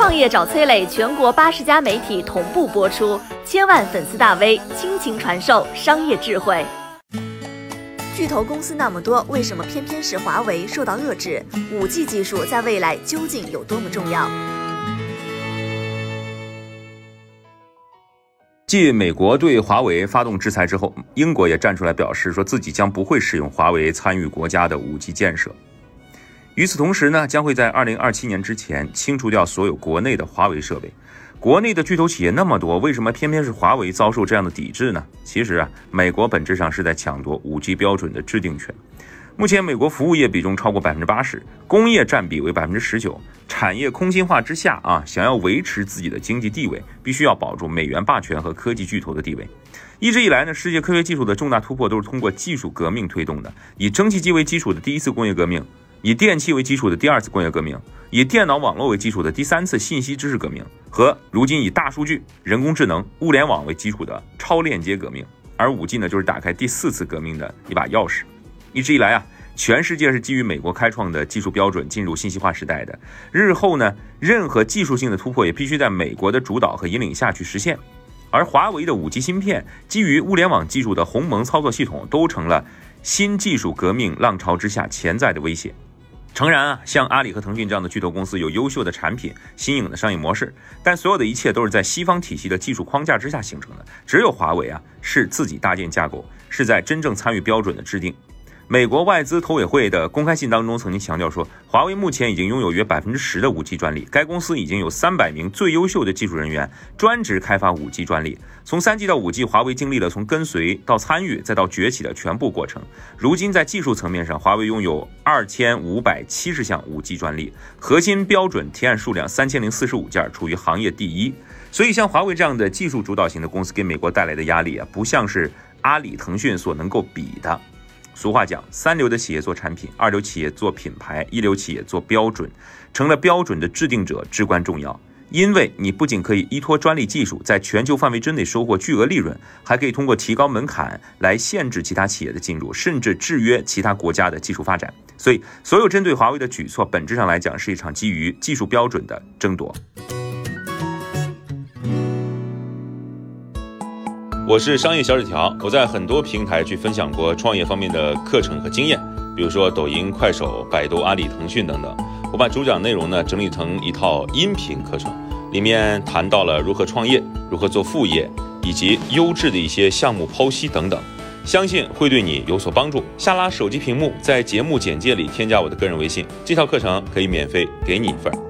创业找崔磊，全国80家媒体同步播出，千万粉丝大 V 倾情传授商业智慧。巨头公司那么多，为什么偏偏是华为受到遏制？5G 技术在未来究竟有多么重要？ 继美国对华为发动制裁之后，英国也站出来表示说自己将不会使用华为参与国家的5G 建设。与此同时呢，将会在2027年之前清除掉所有国内的华为设备。国内的巨头企业那么多，为什么偏偏是华为遭受这样的抵制呢？其实美国本质上是在抢夺 5G 标准的制定权。目前美国服务业比重超过 80%， 工业占比为 19%， 产业空心化之下想要维持自己的经济地位，必须要保住美元霸权和科技巨头的地位。一直以来呢，世界科学技术的重大突破都是通过技术革命推动的，以蒸汽机为基础的第一次工业革命，以电气为基础的第2次工业革命，以电脑网络为基础的第3次信息知识革命，和如今以大数据、人工智能、物联网为基础的超链接革命。而 5G 呢，就是打开第4次革命的一把钥匙。一直以来全世界是基于美国开创的技术标准进入信息化时代的，日后呢，任何技术性的突破也必须在美国的主导和引领下去实现。而华为的 5G 芯片基于物联网技术的鸿蒙操作系统都成了新技术革命浪潮之下潜在的威胁。诚然像阿里和腾讯这样的巨头公司有优秀的产品、新颖的商业模式，但所有的一切都是在西方体系的技术框架之下形成的。只有华为是自己搭建架构，是在真正参与标准的制定。美国外资投委会的公开信当中曾经强调说，华为目前已经拥有约 10% 的 5G 专利，该公司已经有300名最优秀的技术人员专职开发 5G 专利。从 3G 到 5G， 华为经历了从跟随到参与再到崛起的全部过程。如今在技术层面上，华为拥有2570项 5G 专利，核心标准提案数量3045件，处于行业第一。所以像华为这样的技术主导型的公司给美国带来的压力不像是阿里、腾讯所能够比的。俗话讲，3流的企业做产品，2流企业做品牌，1流企业做标准。成了标准的制定者至关重要，因为你不仅可以依托专利技术在全球范围之内收获巨额利润，还可以通过提高门槛来限制其他企业的进入，甚至制约其他国家的技术发展。所以所有针对华为的举措本质上来讲是一场基于技术标准的争夺。我是商业小纸条，我在很多平台去分享过创业方面的课程和经验，比如说抖音、快手、百度、阿里、腾讯等等。我把主讲内容呢整理成一套音频课程，里面谈到了如何创业、如何做副业，以及优质的一些项目剖析等等，相信会对你有所帮助。下拉手机屏幕，在节目简介里添加我的个人微信，这套课程可以免费给你一份。